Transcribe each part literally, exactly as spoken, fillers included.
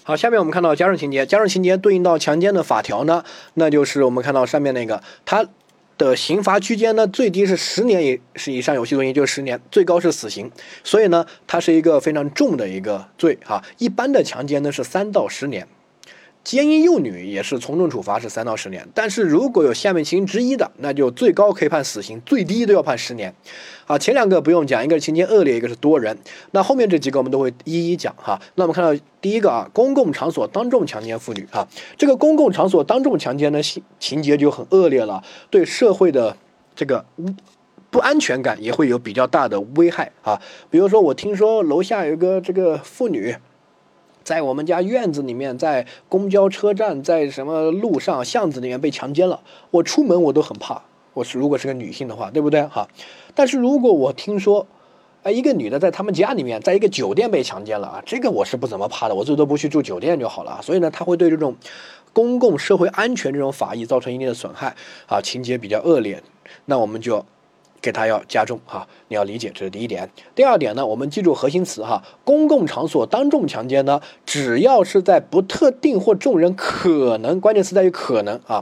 好，下面我们看到加重情节，加重情节对应到强奸的法条呢，那就是我们看到上面那个，它的刑罚区间呢，最低是十年以是以上有期徒刑，就是十年，最高是死刑。所以呢，它是一个非常重的一个罪啊。一般的强奸呢是三到十年。奸淫幼女也是从重处罚，是三到十年，但是如果有下面其中之一的，那就最高可以判死刑，最低都要判十年。啊，前两个不用讲，一个是情节恶劣，一个是多人。那后面这几个我们都会一一讲哈。那我们看到第一个啊，公共场所当众强奸妇女啊，这个公共场所当众强奸呢，情节就很恶劣了，对社会的这个不安全感也会有比较大的危害啊。比如说，我听说楼下有个这个妇女，在我们家院子里面，在公交车站，在什么路上巷子里面被强奸了，我出门我都很怕。我是如果是个女性的话，对不对哈？但是如果我听说，哎，一个女的在他们家里面，在一个酒店被强奸了啊，这个我是不怎么怕的，我最多不去住酒店就好了。所以呢，他会对这种公共社会安全这种法益造成一定的损害啊，情节比较恶劣，那我们就给他要加重哈，你要理解，这是第一点。第二点呢，我们记住核心词哈，公共场所当众强奸呢，只要是在不特定或众人可能，关键词在于可能啊，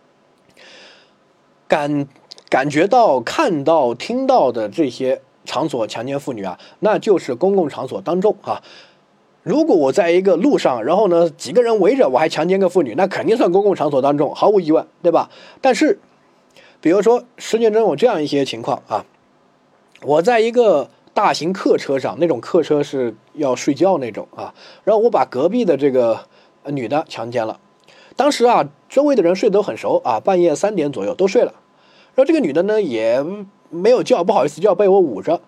感感觉到、看到、听到的这些场所强奸妇女啊，那就是公共场所当众啊。如果我在一个路上，然后呢几个人围着我还强奸个妇女，那肯定算公共场所当众，毫无疑问，对吧？但是比如说实践中有这样一些情况啊，我在一个大型客车上，那种客车是要睡觉那种啊，然后我把隔壁的这个女的强奸了，当时啊周围的人睡得都很熟啊，半夜三点左右都睡了，然后这个女的呢也没有叫，不好意思叫，被我捂着。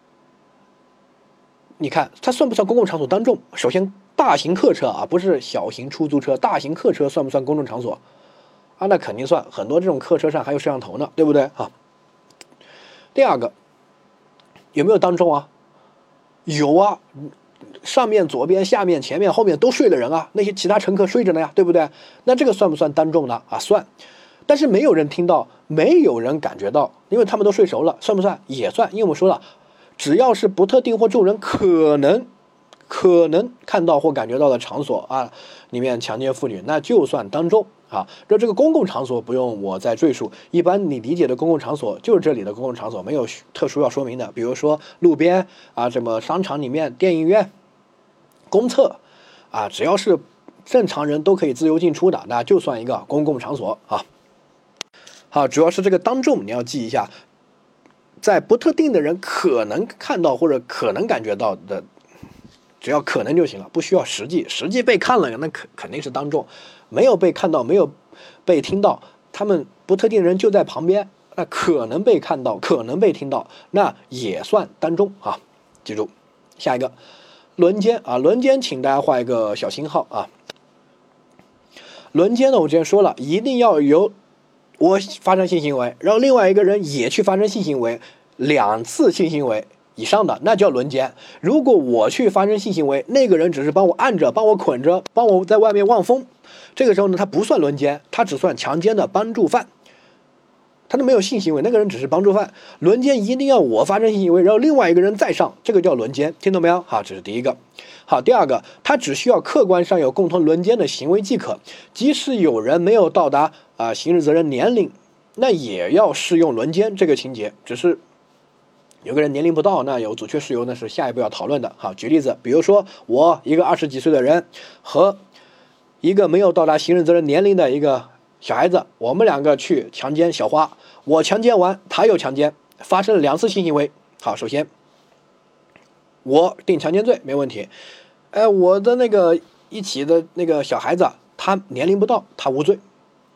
你看它算不算公共场所当众？首先大型客车啊，不是小型出租车，大型客车算不算公众场所啊？那肯定算，很多这种客车上还有摄像头呢，对不对啊？第二个，有没有当众啊？有啊，上面、左边、下面、前面、后面都睡的人啊，那些其他乘客睡着呢呀，对不对？那这个算不算当众呢？啊，算。但是没有人听到，没有人感觉到，因为他们都睡熟了，算不算？也算，因为我们说了，只要是不特定或众人可能可能看到或感觉到的场所啊，里面强奸妇女，那就算当众啊。这这个公共场所不用我再赘述，一般你理解的公共场所就是这里的公共场所，没有特殊要说明的，比如说路边啊，什么商场里面、电影院、公厕啊，只要是正常人都可以自由进出的，那就算一个公共场所啊。好，主要是这个当众你要记一下，在不特定的人可能看到或者可能感觉到的，只要可能就行了，不需要实际。实际被看了，那肯肯定是当众；没有被看到，没有被听到，他们不特定人就在旁边，那可能被看到，可能被听到，那也算当众啊。记住，下一个轮奸啊，轮奸，请大家画一个小星号啊。轮奸呢，我之前说了，一定要由我发生性行为，然后另外一个人也去发生性行为，两次性行为以上的，那叫轮奸。如果我去发生性行为，那个人只是帮我按着、帮我捆着、帮我在外面望风，这个时候呢，他不算轮奸，他只算强奸的帮助犯。他都没有性行为，那个人只是帮助犯。轮奸一定要我发生性行为，然后另外一个人再上，这个叫轮奸，听懂没有？好，这是第一个。好，第二个，他只需要客观上有共同轮奸的行为即可，即使有人没有到达啊、呃、刑事责任年龄，那也要适用轮奸这个情节，只是有个人年龄不到，那有阻却事由，那是下一步要讨论的。好，举例子，比如说我一个二十几岁的人和一个没有到达刑事责任年龄的一个小孩子，我们两个去强奸小花，我强奸完，他又强奸，发生了两次性行为。好，首先我定强奸罪没问题，哎，我的那个一起的那个小孩子，他年龄不到，他无罪。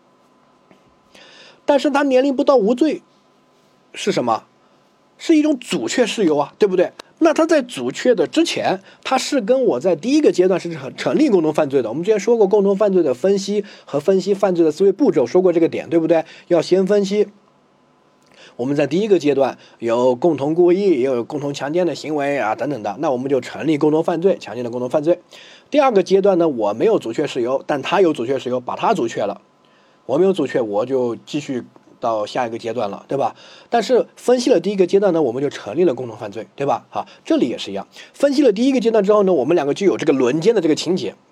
但是他年龄不到无罪是什么？是一种阻却事由啊，对不对？那他在阻却的之前，他是跟我在第一个阶段是成成立共同犯罪的。我们之前说过共同犯罪的分析和分析犯罪的思维步骤，说过这个点，对不对？要先分析我们在第一个阶段有共同故意，也有共同强奸的行为啊等等的，那我们就成立共同犯罪，强奸的共同犯罪。第二个阶段呢，我没有阻却事由，但他有阻却事由，把他阻却了，我没有阻却，我就继续到下一个阶段了，对吧？但是分析了第一个阶段呢，我们就成立了共同犯罪，对吧？好，这里也是一样，分析了第一个阶段之后呢，我们两个就有这个轮奸的这个情节。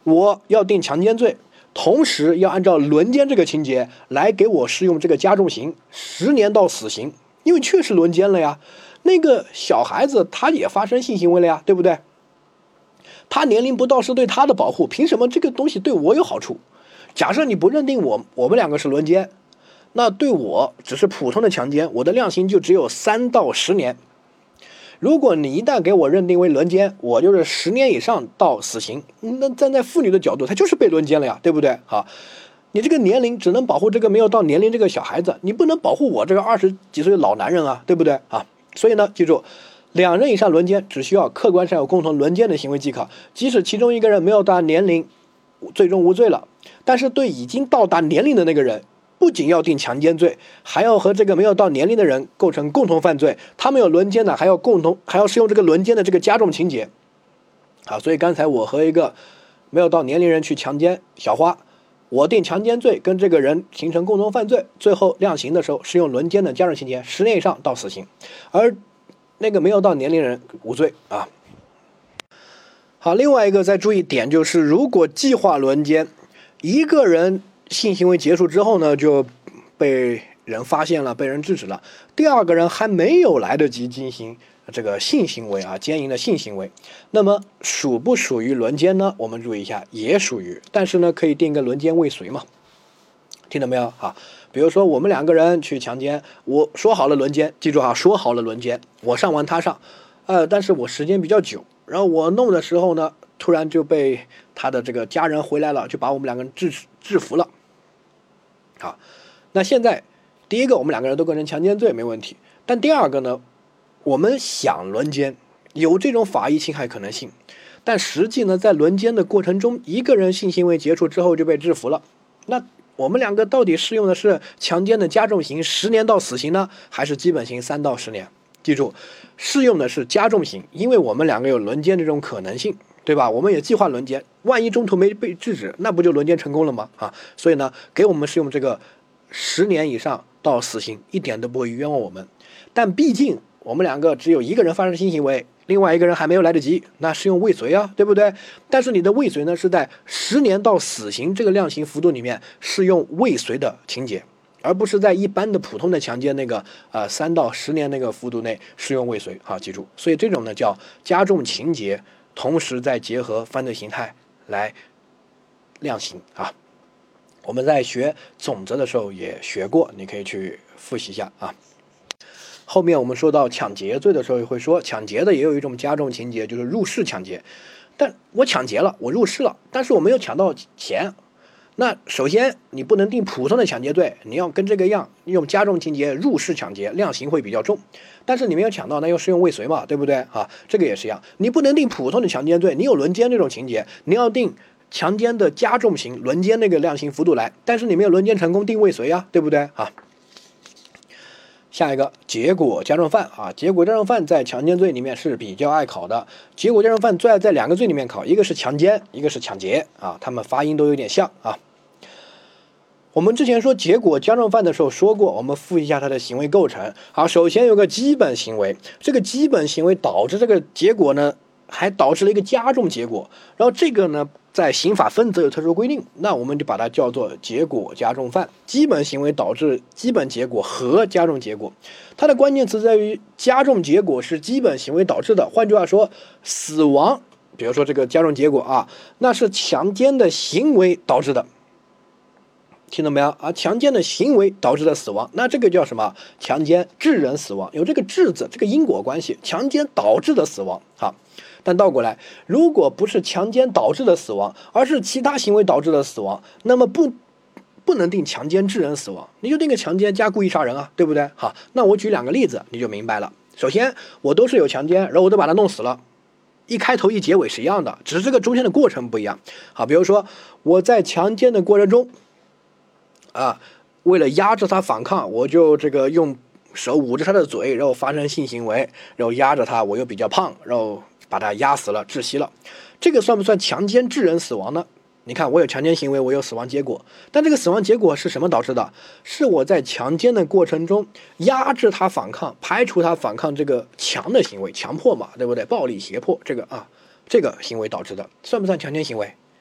我要定强奸罪，同时要按照轮奸这个情节来给我适用这个加重刑，十年到死刑，因为确实轮奸了呀。那个小孩子他也发生性行为了呀，对不对？他年龄不到是对他的保护，凭什么这个东西对我有好处？假设你不认定我我们两个是轮奸，那对我只是普通的强奸，我的量刑就只有三到十年。如果你一旦给我认定为轮奸，我就是十年以上到死刑。那站在妇女的角度，她就是被轮奸了呀，对不对？好，你这个年龄只能保护这个没有到年龄这个小孩子，你不能保护我这个二十几岁的老男人啊，对不对啊？所以呢，记住，两人以上轮奸只需要客观上有共同轮奸的行为即可，即使其中一个人没有到年龄，最终无罪了，但是对已经到达年龄的那个人，不仅要定强奸罪，还要和这个没有到年龄的人构成共同犯罪。他们有轮奸的，还要共同还要适用这个轮奸的这个加重情节。好，所以刚才我和一个没有到年龄人去强奸小花，我定强奸罪跟这个人形成共同犯罪，最后量刑的时候适用轮奸的加重情节，十年以上到死刑，而那个没有到年龄人无罪啊。好，另外一个再注意点就是，如果计划轮奸，一个人性行为结束之后呢，就被人发现了，被人制止了，第二个人还没有来得及进行这个性行为啊，奸淫的性行为，那么属不属于轮奸呢？我们注意一下，也属于，但是呢，可以定个轮奸未遂嘛，听到没有啊？比如说我们两个人去强奸，我说好了轮奸，记住啊，说好了轮奸，我上完他上，呃，但是我时间比较久，然后我弄的时候呢，突然就被他的这个家人回来了，就把我们两个人制制服了。好，那现在第一个我们两个人都构成强奸罪没问题，但第二个呢，我们想轮奸，有这种法益侵害可能性，但实际呢，在轮奸的过程中，一个人性行为结束之后就被制服了，那我们两个到底适用的是强奸的加重刑十年到死刑呢，还是基本刑三到十年？记住，适用的是加重刑，因为我们两个有轮奸这种可能性，对吧？我们也计划轮奸，万一中途没被制止，那不就轮奸成功了吗？啊，所以呢，给我们适用这个十年以上到死刑，一点都不会冤枉我们。但毕竟我们两个只有一个人发生性行为，另外一个人还没有来得及，那适用未遂啊，对不对？但是你的未遂呢，是在十年到死刑这个量刑幅度里面适用未遂的情节，而不是在一般的普通的强奸那个呃三到十年那个幅度内适用未遂啊，记住。所以这种呢叫加重情节，同时再结合犯罪形态来量刑啊。我们在学总则的时候也学过，你可以去复习一下啊。后面我们说到抢劫罪的时候，也会说抢劫的也有一种加重情节，就是入室抢劫。但我抢劫了，我入室了，但是我没有抢到钱。那首先你不能定普通的抢劫罪，你要跟这个一样，用加重情节入室抢劫，量刑会比较重。但是你没有抢到，那又适用未遂嘛，对不对啊？这个也是一样，你不能定普通的强奸罪，你有轮奸这种情节，你要定强奸的加重刑，轮奸那个量刑幅度来，但是你没有轮奸成功，定未遂啊，对不对啊？下一个结果加重犯啊，结果加重犯在强奸罪里面是比较爱考的。结果加重犯最爱在两个罪里面考，一个是强奸，一个是抢劫啊，他们发音都有点像啊。我们之前说结果加重犯的时候说过，我们复习一下它的行为构成。好，首先有个基本行为，这个基本行为导致这个结果呢，还导致了一个加重结果，然后这个呢，在刑法分则有特殊规定，那我们就把它叫做结果加重犯。基本行为导致基本结果和加重结果，它的关键词在于加重结果是基本行为导致的。换句话说，死亡，比如说这个加重结果啊，那是强奸的行为导致的，听到没有啊？强奸的行为导致的死亡，那这个叫什么？强奸致人死亡，有这个致字，这个因果关系，强奸导致的死亡。好。但倒过来，如果不是强奸导致的死亡，而是其他行为导致的死亡，那么不不能定强奸致人死亡，你就定个强奸加故意杀人啊，对不对？好，那我举两个例子你就明白了。首先，我都是有强奸，然后我都把他弄死了，一开头一结尾是一样的，只是这个中间的过程不一样。好，比如说我在强奸的过程中，啊，为了压制他反抗，我就这个用手捂着他的嘴，然后发生性行为，然后压着他，我又比较胖，然后把他压死了，窒息了，这个算不算强奸致人死亡呢？你看，我有强奸行为，我有死亡结果，但这个死亡结果是什么导致的？是我在强奸的过程中压制他反抗，排除他反抗这个强的行为，强迫嘛，对不对？暴力胁迫这个啊，这个行为导致的，算不算强奸行为？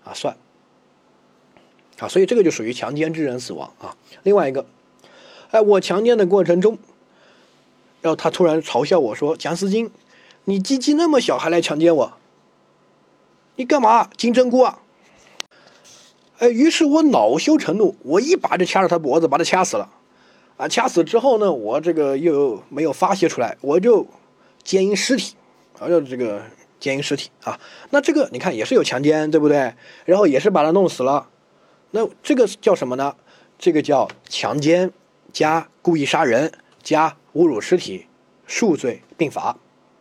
啊算啊，所以这个就属于强奸致人死亡啊。另外一个，哎，我强奸的过程中，然后他突然嘲笑我说：“蒋思金，你鸡鸡那么小还来强奸我，你干嘛？金针菇啊？”哎，于是我恼羞成怒，我一把就掐着他脖子，把他掐死了。啊，掐死之后呢，我这个又没有发泄出来，我就奸淫尸体，啊，就这个奸淫尸体啊。那这个你看也是有强奸，对不对？然后也是把他弄死了。那这个叫什么呢？这个叫强奸加故意杀人加侮辱尸体，数罪并罚。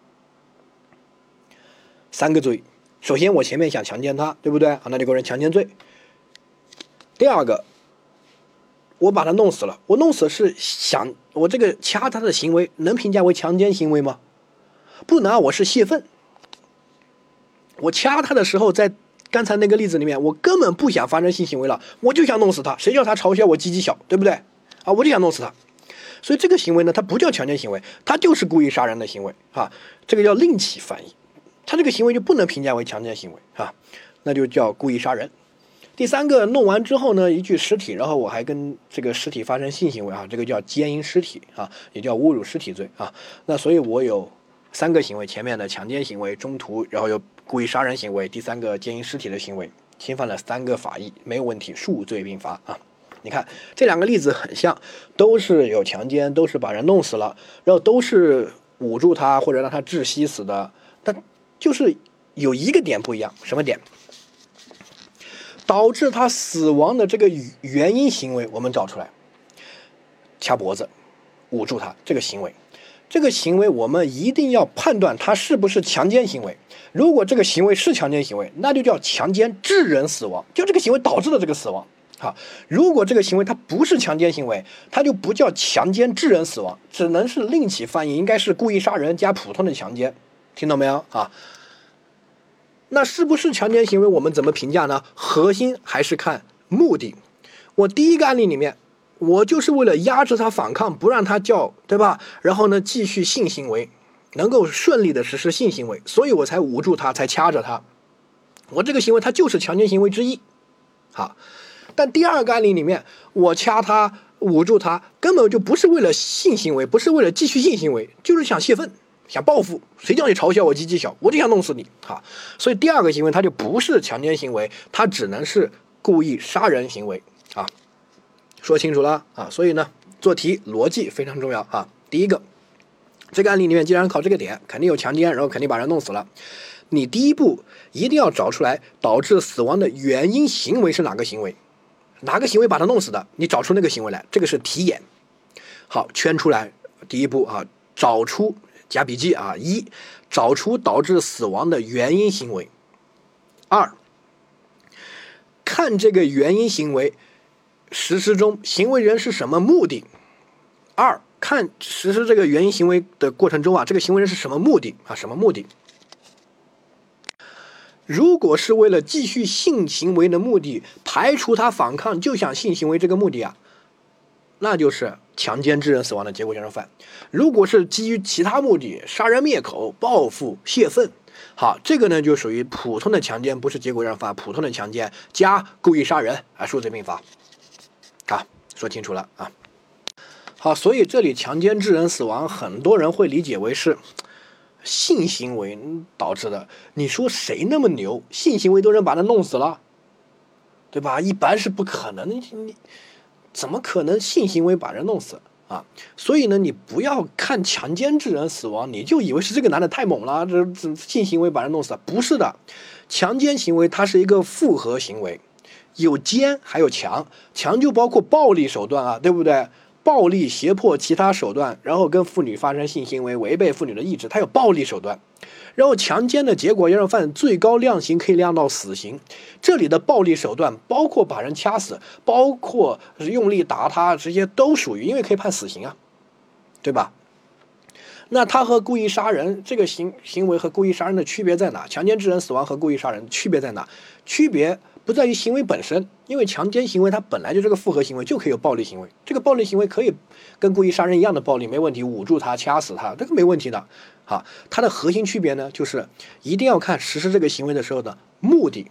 三个罪。首先我前面想强奸他，对不对？啊，那就构成强奸罪。第二个，我把他弄死了，我弄死是想我这个掐他的行为能评价为强奸行为吗？不能啊，我是泄愤。我掐他的时候，在刚才那个例子里面，我根本不想发生性行为了，我就想弄死他。谁叫他嘲笑我鸡鸡小，对不对？啊，我就想弄死他。所以这个行为呢，它不叫强奸行为，它就是故意杀人的行为啊，这个叫另起翻译。他这个行为就不能评价为强奸行为啊，那就叫故意杀人。第三个，弄完之后呢，一具尸体，然后我还跟这个尸体发生性行为啊，这个叫奸淫尸体啊，也叫侮辱尸体罪啊。那所以我有三个行为，前面的强奸行为，中途然后有故意杀人行为，第三个奸淫尸体的行为，侵犯了三个法益，没有问题，数罪并罚啊。你看这两个例子很像，都是有强奸，都是把人弄死了，然后都是捂住他或者让他窒息死的，但就是有一个点不一样，什么点？导致他死亡的这个原因行为，我们找出来，掐脖子、捂住他这个行为，这个行为我们一定要判断他是不是强奸行为。如果这个行为是强奸行为，那就叫强奸致人死亡，就这个行为导致了这个死亡。好，如果这个行为它不是强奸行为，它就不叫强奸致人死亡，只能是另起翻译，应该是故意杀人加普通的强奸，听到没有啊？那是不是强奸行为我们怎么评价呢？核心还是看目的。我第一个案例里面，我就是为了压制他反抗，不让他叫，对吧？然后呢，继续性行为，能够顺利的实施性行为，所以我才捂住他，才掐着他。我这个行为它就是强奸行为之一。好，但第二个案例里面，我掐他、捂住他，根本就不是为了性行为，不是为了继续性行为，就是想泄愤。想报复，谁叫你嘲笑我鸡鸡小，我就想弄死你啊！所以第二个行为它就不是强奸行为，它只能是故意杀人行为啊！说清楚了啊！所以呢，做题逻辑非常重要啊！第一个，这个案例里面既然考这个点，肯定有强奸，然后肯定把人弄死了。你第一步一定要找出来导致死亡的原因行为是哪个行为，哪个行为把他弄死的，你找出那个行为来，这个是题眼。好，圈出来。第一步啊，找出。加笔记啊！一，找出导致死亡的原因行为；二，看这个原因行为实施中行为人是什么目的；二，看实施这个原因行为的过程中啊，这个行为人是什么目的啊？什么目的？如果是为了继续性行为的目的，排除他反抗就想性行为这个目的啊，那就是强奸致人死亡的结果杀人犯。如果是基于其他目的，杀人灭口、报复、泄愤，好，这个呢就属于普通的强奸，不是结果杀人犯，普通的强奸加故意杀人啊，数罪并罚。好，说清楚了啊。好，所以这里强奸致人死亡，很多人会理解为是性行为导致的。你说谁那么牛，性行为都能把他弄死了，对吧？一般是不可能的，你怎么可能性行为把人弄死啊？所以呢，你不要看强奸致人死亡，你就以为是这个男的太猛了，这这性行为把人弄死了，不是的。强奸行为它是一个复合行为，有奸还有强，强就包括暴力手段啊，对不对？暴力胁迫其他手段，然后跟妇女发生性行为，违背妇女的意志，它有暴力手段。然后强奸的结果要让犯最高量刑可以量到死刑。这里的暴力手段包括把人掐死，包括用力打他，这些都属于，因为可以判死刑啊，对吧？那他和故意杀人这个行行为和故意杀人的区别在哪？强奸致人死亡和故意杀人区别在哪？区别不在于行为本身，因为强奸行为它本来就是个复合行为，就可以有暴力行为。这个暴力行为可以跟故意杀人一样的暴力，没问题，捂住他、掐死他，这个没问题的。好，它的核心区别呢，就是一定要看实施这个行为的时候的目的。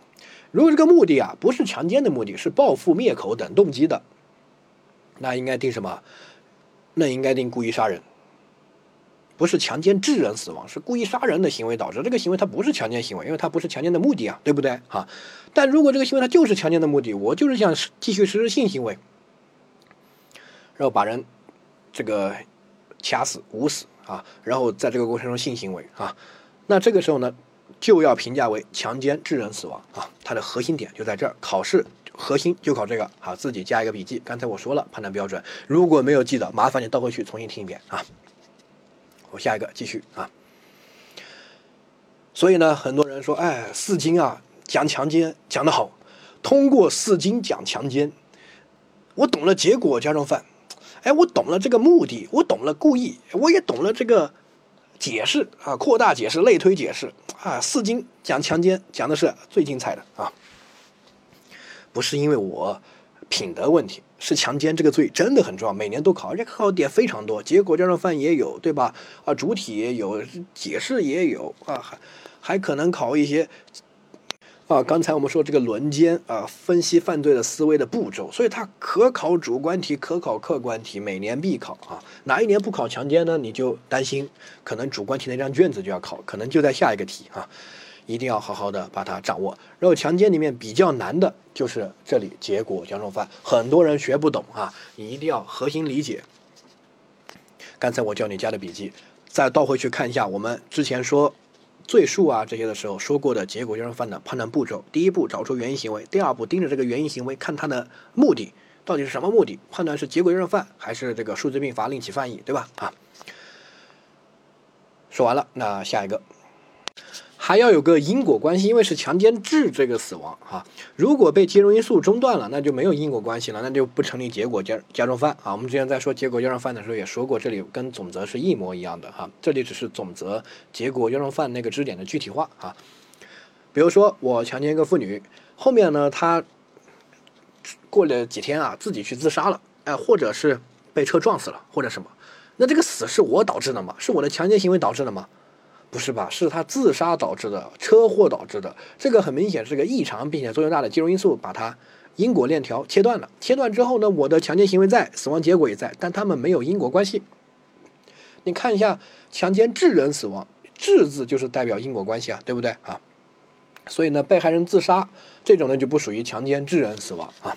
如果这个目的啊不是强奸的目的，是报复、灭口等动机的，那应该定什么？那应该定故意杀人。不是强奸致人死亡，是故意杀人的行为导致。这个行为它不是强奸行为，因为它不是强奸的目的啊，对不对啊？但如果这个行为它就是强奸的目的，我就是想继续实施性行为，然后把人这个掐死、捂死啊，然后在这个过程中性行为啊，那这个时候呢，就要评价为强奸致人死亡啊。它的核心点就在这儿，考试核心就考这个啊，自己加一个笔记。刚才我说了判断标准，如果没有记得，麻烦你倒回去重新听一遍啊。我下一个继续啊。所以呢，很多人说，哎，四经啊讲强奸讲得好，通过四经讲强奸，我懂了结果加重犯，哎，我懂了这个目的，我懂了故意，我也懂了这个解释啊，扩大解释、类推解释啊。四经讲强奸讲的是最精彩的啊，不是因为我品德问题，是强奸这个罪真的很重要，每年都考，而且考点非常多，结果加重犯也有，对吧？啊，主体也有，解释也有啊，还还可能考一些啊。刚才我们说这个轮奸啊，分析犯罪的思维的步骤，所以它可考主观题，可考客观题，每年必考啊。哪一年不考强奸呢？你就担心可能主观题那张卷子就要考，可能就在下一个题啊。一定要好好的把它掌握。然后强奸里面比较难的就是这里结果加重犯，很多人学不懂啊，你一定要核心理解。刚才我叫你加的笔记，再倒回去看一下我们之前说罪数啊这些的时候说过的结果加重犯的判断步骤。第一步找出原因行为，第二步盯着这个原因行为看它的目的到底是什么目的，判断是结果加重犯还是这个数罪并罚另起犯意，对吧？啊，说完了，那下一个。还要有个因果关系，因为是强奸致这个死亡啊。如果被介入因素中断了，那就没有因果关系了，那就不成立结果加加重犯啊。我们之前在说结果加重犯的时候也说过，这里跟总则是一模一样的哈、啊。这里只是总则结果加重犯那个支点的具体化啊。比如说我强奸一个妇女，后面呢她过了几天啊自己去自杀了，哎、呃，或者是被车撞死了，或者什么，那这个死是我导致的吗？是我的强奸行为导致的吗？不是吧？是他自杀导致的，车祸导致的。这个很明显是个异常并且作用大的介入因素，把它因果链条切断了。切断之后呢，我的强奸行为在，死亡结果也在，但他们没有因果关系。你看一下强奸致人死亡，致字就是代表因果关系啊，对不对啊？所以呢，被害人自杀这种呢就不属于强奸致人死亡啊。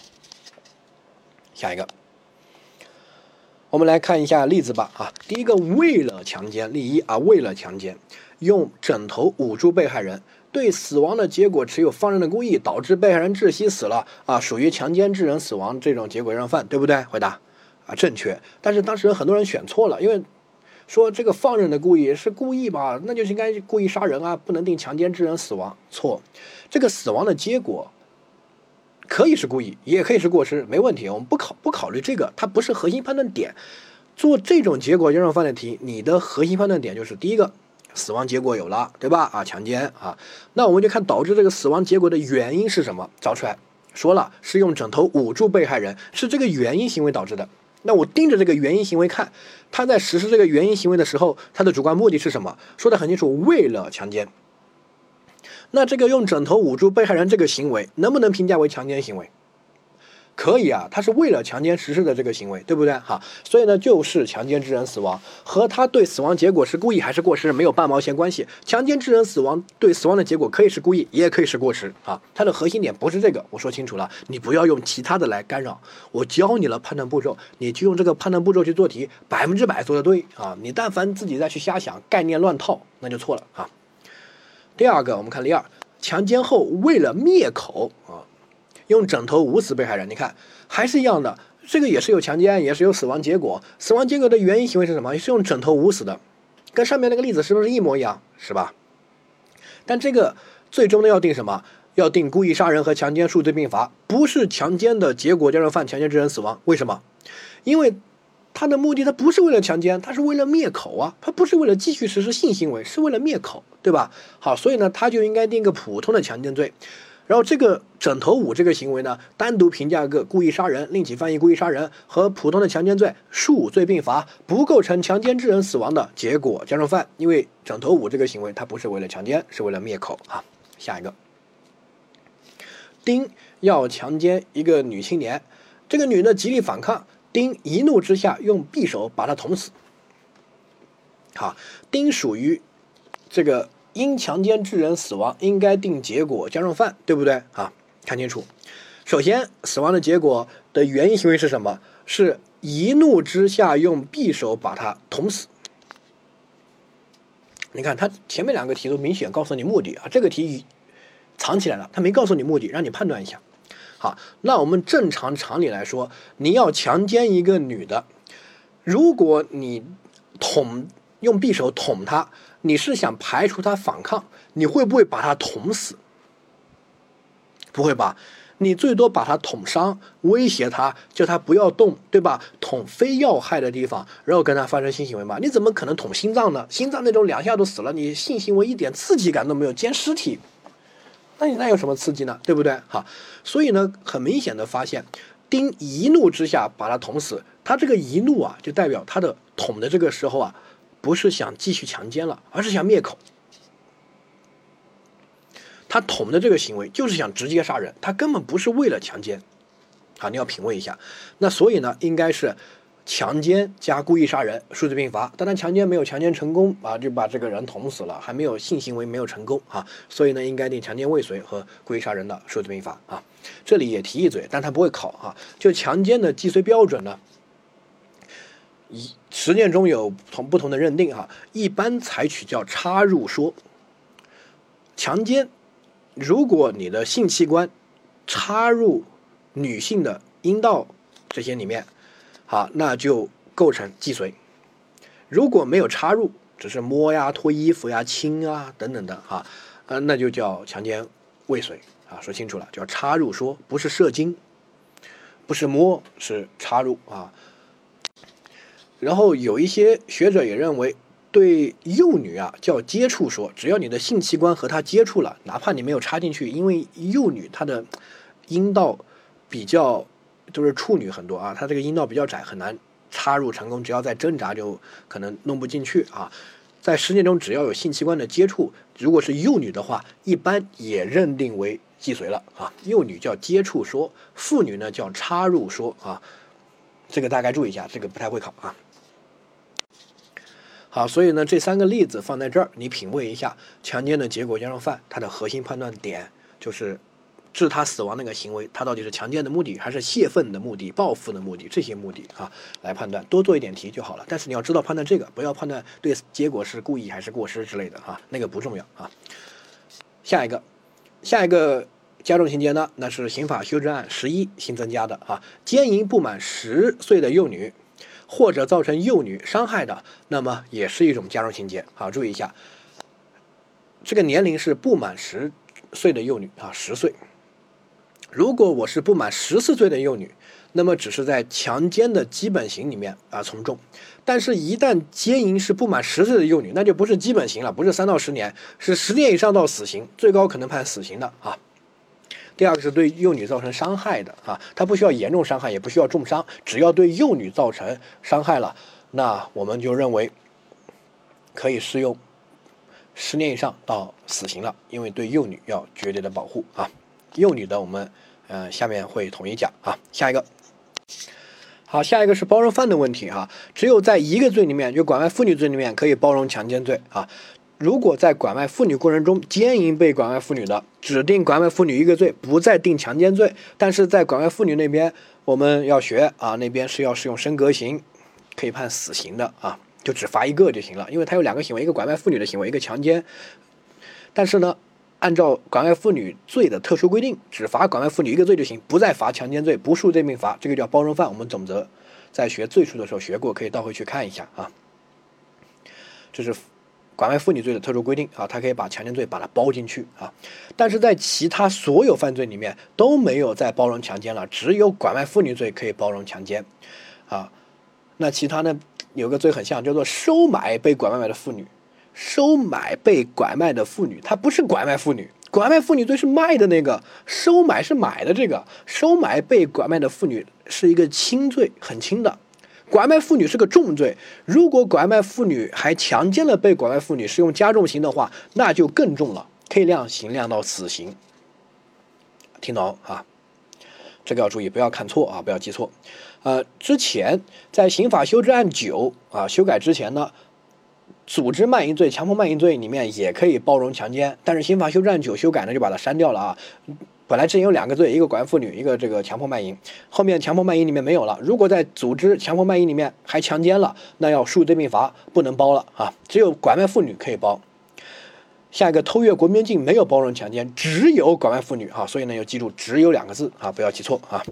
下一个。我们来看一下例子吧啊，第一个为了强奸，例一啊，为了强奸，用枕头捂住被害人，对死亡的结果持有放任的故意，导致被害人窒息死了啊，属于强奸致人死亡这种结果让犯，对不对？回答啊，正确。但是当时很多人选错了，因为说这个放任的故意是故意吧，那就是应该故意杀人啊，不能定强奸致人死亡。错，这个死亡的结果可以是故意，也可以是过失，没问题。我们不考不考虑这个，它不是核心判断点。做这种结果加重犯的题，你的核心判断点就是第一个，死亡结果有了，对吧？啊，强奸啊，那我们就看导致这个死亡结果的原因是什么，找出来。说了是用枕头捂住被害人，是这个原因行为导致的。那我盯着这个原因行为看，他在实施这个原因行为的时候，他的主观目的是什么？说得很清楚，为了强奸。那这个用枕头捂住被害人这个行为能不能评价为强奸行为？可以啊，他是为了强奸实施的这个行为，对不对？哈，所以呢，就是强奸致人死亡，和他对死亡结果是故意还是过失没有半毛钱关系。强奸致人死亡对死亡的结果可以是故意，也可以是过失啊。它的核心点不是这个，我说清楚了，你不要用其他的来干扰。我教你了判断步骤，你就用这个判断步骤去做题，百分之百做的对啊。你但凡自己再去瞎想，概念乱套，那就错了啊。第二个，我们看例二，强奸后为了灭口啊。用枕头捂死被害人，你看还是一样的，这个也是有强奸，也是有死亡结果。死亡结果的原因行为是什么？是用枕头捂死的，跟上面那个例子是不是一模一样？是吧？但这个最终呢要定什么？要定故意杀人和强奸数罪并罚，不是强奸的结果加重犯强奸致人死亡。为什么？因为他的目的他不是为了强奸，他是为了灭口啊，他不是为了继续实施性行为，是为了灭口，对吧？好，所以呢他就应该定一个普通的强奸罪。然后这个枕头捂这个行为呢，单独评价个故意杀人、另起犯意故意杀人和普通的强奸罪，数罪并罚，不构成强奸致人死亡的结果加重犯。因为枕头捂这个行为，它不是为了强奸，是为了灭口啊。下一个， 丁要强奸一个女青年，这个女的极力反抗，丁一怒之下用匕首把她捅死。好，丁属于这个因强奸致人死亡，应该定结果加重犯，对不对啊？看清楚，首先死亡的结果的原因行为是什么？是一怒之下用匕首把他捅死。你看他前面两个题都明显告诉你目的啊，这个题藏起来了，他没告诉你目的，让你判断一下。好，那我们正常常理来说，你要强奸一个女的，如果你捅用匕首捅她，你是想排除她反抗，你会不会把她捅死？不会吧，你最多把她捅伤，威胁她，叫她不要动，对吧？捅非要害的地方，然后跟她发生性行为嘛？你怎么可能捅心脏呢？心脏那种两下都死了，你性行为一点刺激感都没有，奸尸体，那你那有什么刺激呢？对不对？好，所以呢，很明显的发现，丁一怒之下把他捅死，他这个一怒啊，就代表他的捅的这个时候啊，不是想继续强奸了，而是想灭口。他捅的这个行为就是想直接杀人，他根本不是为了强奸。好，你要品味一下。那所以呢，应该是强奸加故意杀人，数罪并罚。当然，强奸没有强奸成功啊，就把这个人捅死了，还没有性行为没有成功啊，所以呢，应该定强奸未遂和故意杀人的数罪并罚啊。这里也提一嘴，但他不会考啊。就强奸的既遂标准呢，一实践中有同不同的认定哈。一般采取叫插入说，强奸。如果你的性器官插入女性的阴道这些里面，好，那就构成既遂。如果没有插入，只是摸呀、脱衣服呀、亲啊等等的哈，呃，那就叫强奸未遂啊。说清楚了，叫插入说，不是射精，不是摸，是插入啊。然后有一些学者也认为，对幼女啊叫接触说，只要你的性器官和她接触了，哪怕你没有插进去，因为幼女她的阴道比较都是处女很多啊，她这个阴道比较窄，很难插入成功，只要再挣扎就可能弄不进去啊。在实践中，只要有性器官的接触，如果是幼女的话，一般也认定为既遂了啊。幼女叫接触说，妇女呢叫插入说啊，这个大概注意一下，这个不太会考啊。好，所以呢，这三个例子放在这儿，你品味一下强奸的结果加重犯，它的核心判断点就是致他死亡那个行为，它到底是强奸的目的，还是泄愤的目的、报复的目的，这些目的啊来判断，多做一点题就好了。但是你要知道判断这个，不要判断对结果是故意还是过失之类的啊，那个不重要啊。下一个，下一个加重情节呢，那是刑法修正案十一新增加的啊，奸淫不满十岁的幼女，或者造成幼女伤害的，那么也是一种加重情节。好，注意一下，这个年龄是不满十岁的幼女啊，十岁。如果我是不满十四岁的幼女，那么只是在强奸的基本刑里面啊从重。但是，一旦奸淫是不满十岁的幼女，那就不是基本刑了，不是三到十年，是十年以上到死刑，最高可能判死刑的啊。第二个是对幼女造成伤害的啊，它不需要严重伤害，也不需要重伤，只要对幼女造成伤害了，那我们就认为可以适用十年以上到死刑了，因为对幼女要绝对的保护啊。幼女的我们呃下面会统一讲啊。下一个，好，下一个是包容犯的问题啊，只有在一个罪里面，就拐卖妇女罪里面可以包容强奸罪啊。如果在拐卖妇女过程中奸淫被拐卖妇女的，只定拐卖妇女一个罪，不再定强奸罪。但是在拐卖妇女那边，我们要学啊，那边是要适用升格刑，可以判死刑的啊，就只罚一个就行了，因为它有两个行为，一个拐卖妇女的行为，一个强奸。但是呢，按照拐卖妇女罪的特殊规定，只罚拐卖妇女一个罪就行，不再罚强奸罪，不数罪并罚，这个叫包容犯。我们总则在学罪数的时候学过，可以倒回去看一下啊。这是拐卖妇女罪的特殊规定啊，它可以把强奸罪把它包进去啊，但是在其他所有犯罪里面都没有再包容强奸了，只有拐卖妇女罪可以包容强奸啊。那其他呢，有个罪很像，叫做收买被拐卖的妇女。收买被拐卖的妇女，它不是拐卖妇女，拐卖妇女罪是卖的那个，收买是买的这个，收买被拐卖的妇女是一个轻罪，很轻的。拐卖妇女是个重罪，如果拐卖妇女还强奸了被拐卖妇女，适用加重刑的话，那就更重了，可以量刑量到死刑。 听懂啊？这个要注意，不要看错啊，不要记错。呃，之前在刑法修正案九啊修改之前呢，组织卖淫罪、强迫卖淫罪里面也可以包容强奸，但是刑法修正案九修改呢就把它删掉了啊。本来之前有两个罪，一个拐卖妇女，一个这个强迫卖淫，后面强迫卖淫里面没有了。如果在组织强迫卖淫里面还强奸了，那要数罪并罚，不能包了啊，只有拐卖妇女可以包。下一个偷越国边境没有包容强奸，只有拐卖妇女啊，所以呢要记住只有两个字啊，不要记错啊。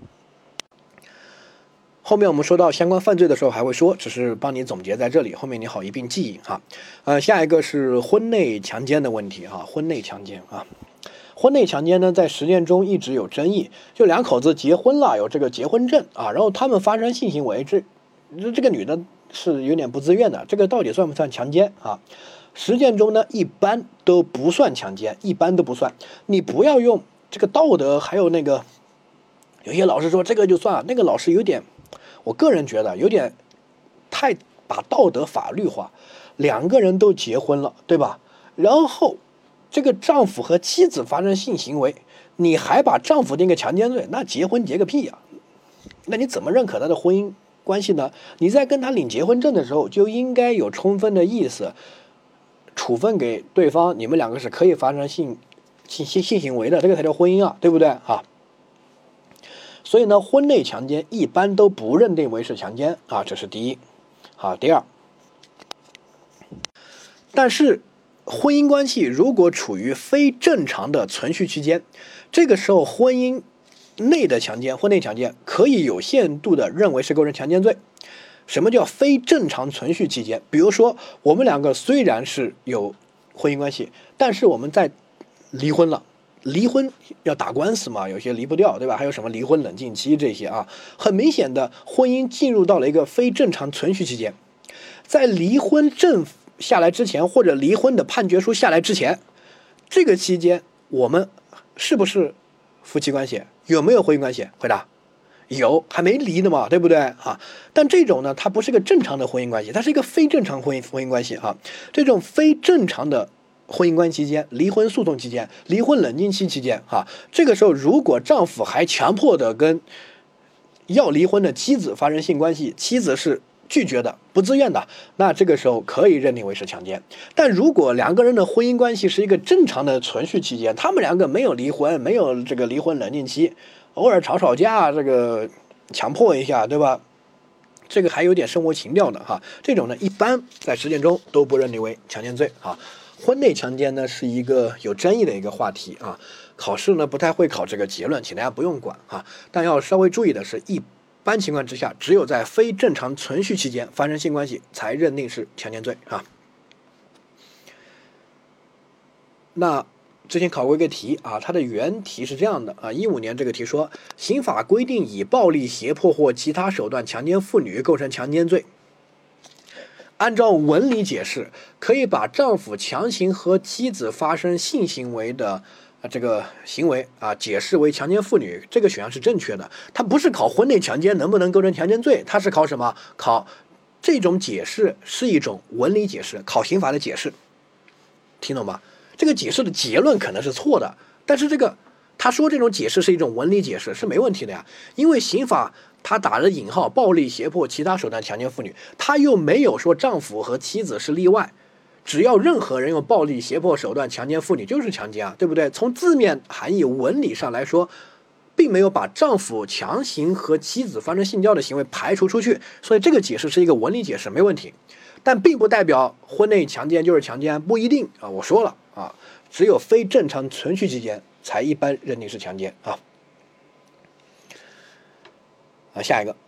后面我们说到相关犯罪的时候还会说，只是帮你总结在这里，后面你好一并记忆哈。呃，下一个是婚内强奸的问题啊，婚内强奸啊。婚内强奸呢，在实践中一直有争议，就两口子结婚了，有这个结婚证啊，然后他们发生性行为，这这个女的是有点不自愿的，这个到底算不算强奸啊？实践中呢，一般都不算强奸，一般都不算。你不要用这个道德，还有那个有些老师说这个就算了，那个老师有点，我个人觉得有点太把道德法律化。两个人都结婚了，对吧？然后这个丈夫和妻子发生性行为，你还把丈夫定个强奸罪，那结婚结个屁呀、啊！那你怎么认可他的婚姻关系呢？你在跟他领结婚证的时候就应该有充分的意思，处分给对方，你们两个是可以发生性性性性行为的，这个才叫婚姻啊，对不对啊？所以呢，婚内强奸一般都不认定为是强奸啊，这是第一。好，第二，但是婚姻关系如果处于非正常的存续期间，这个时候婚姻内的强奸，婚内强奸可以有限度的认为是构成强奸罪。什么叫非正常存续期间？比如说我们两个虽然是有婚姻关系，但是我们在离婚了，离婚要打官司嘛，有些离不掉，对吧？还有什么离婚冷静期这些啊，很明显的婚姻进入到了一个非正常存续期间。在离婚证下来之前，或者离婚的判决书下来之前，这个期间我们是不是夫妻关系？有没有婚姻关系？回答有，还没离呢嘛，对不对啊？但这种呢，它不是个正常的婚姻关系，它是一个非正常婚姻婚姻关系啊。这种非正常的婚姻关系期间，离婚诉讼期间，离婚冷静期期间啊，这个时候如果丈夫还强迫的跟要离婚的妻子发生性关系，妻子是拒绝的，不自愿的，那这个时候可以认定为是强奸。但如果两个人的婚姻关系是一个正常的存续期间，他们两个没有离婚，没有这个离婚冷静期，偶尔吵吵架，这个强迫一下，对吧？这个还有点生活情调的哈，这种呢一般在实践中都不认定为强奸罪啊。婚内强奸呢是一个有争议的一个话题啊，考试呢不太会考这个结论，请大家不用管啊。但要稍微注意的是，一般情况之下，只有在非正常存续期间发生性关系才认定是强奸罪啊。那之前考过一个题啊，它的原题是这样的啊，一五年这个题说，刑法规定以暴力、胁迫或其他手段强奸妇女构成强奸罪。按照文理解释，可以把丈夫强行和妻子发生性行为的啊这个行为啊解释为强奸妇女，这个选项是正确的。它不是考婚内强奸能不能构成强奸罪，它是考什么？考这种解释是一种文理解释，考刑法的解释，听懂吗？这个解释的结论可能是错的，但是这个他说这种解释是一种文理解释是没问题的呀，因为刑法他打着引号暴力、胁迫、其他手段强奸妇女，他又没有说丈夫和妻子是例外，只要任何人用暴力、胁迫手段强奸妇女就是强奸啊，对不对？从字面含义文理上来说，并没有把丈夫强行和妻子发生性交的行为排除出去，所以这个解释是一个文理解释，没问题。但并不代表婚内强奸就是强奸，不一定啊。我说了啊，只有非正常存续期间才一般认定是强奸啊。啊，下一个，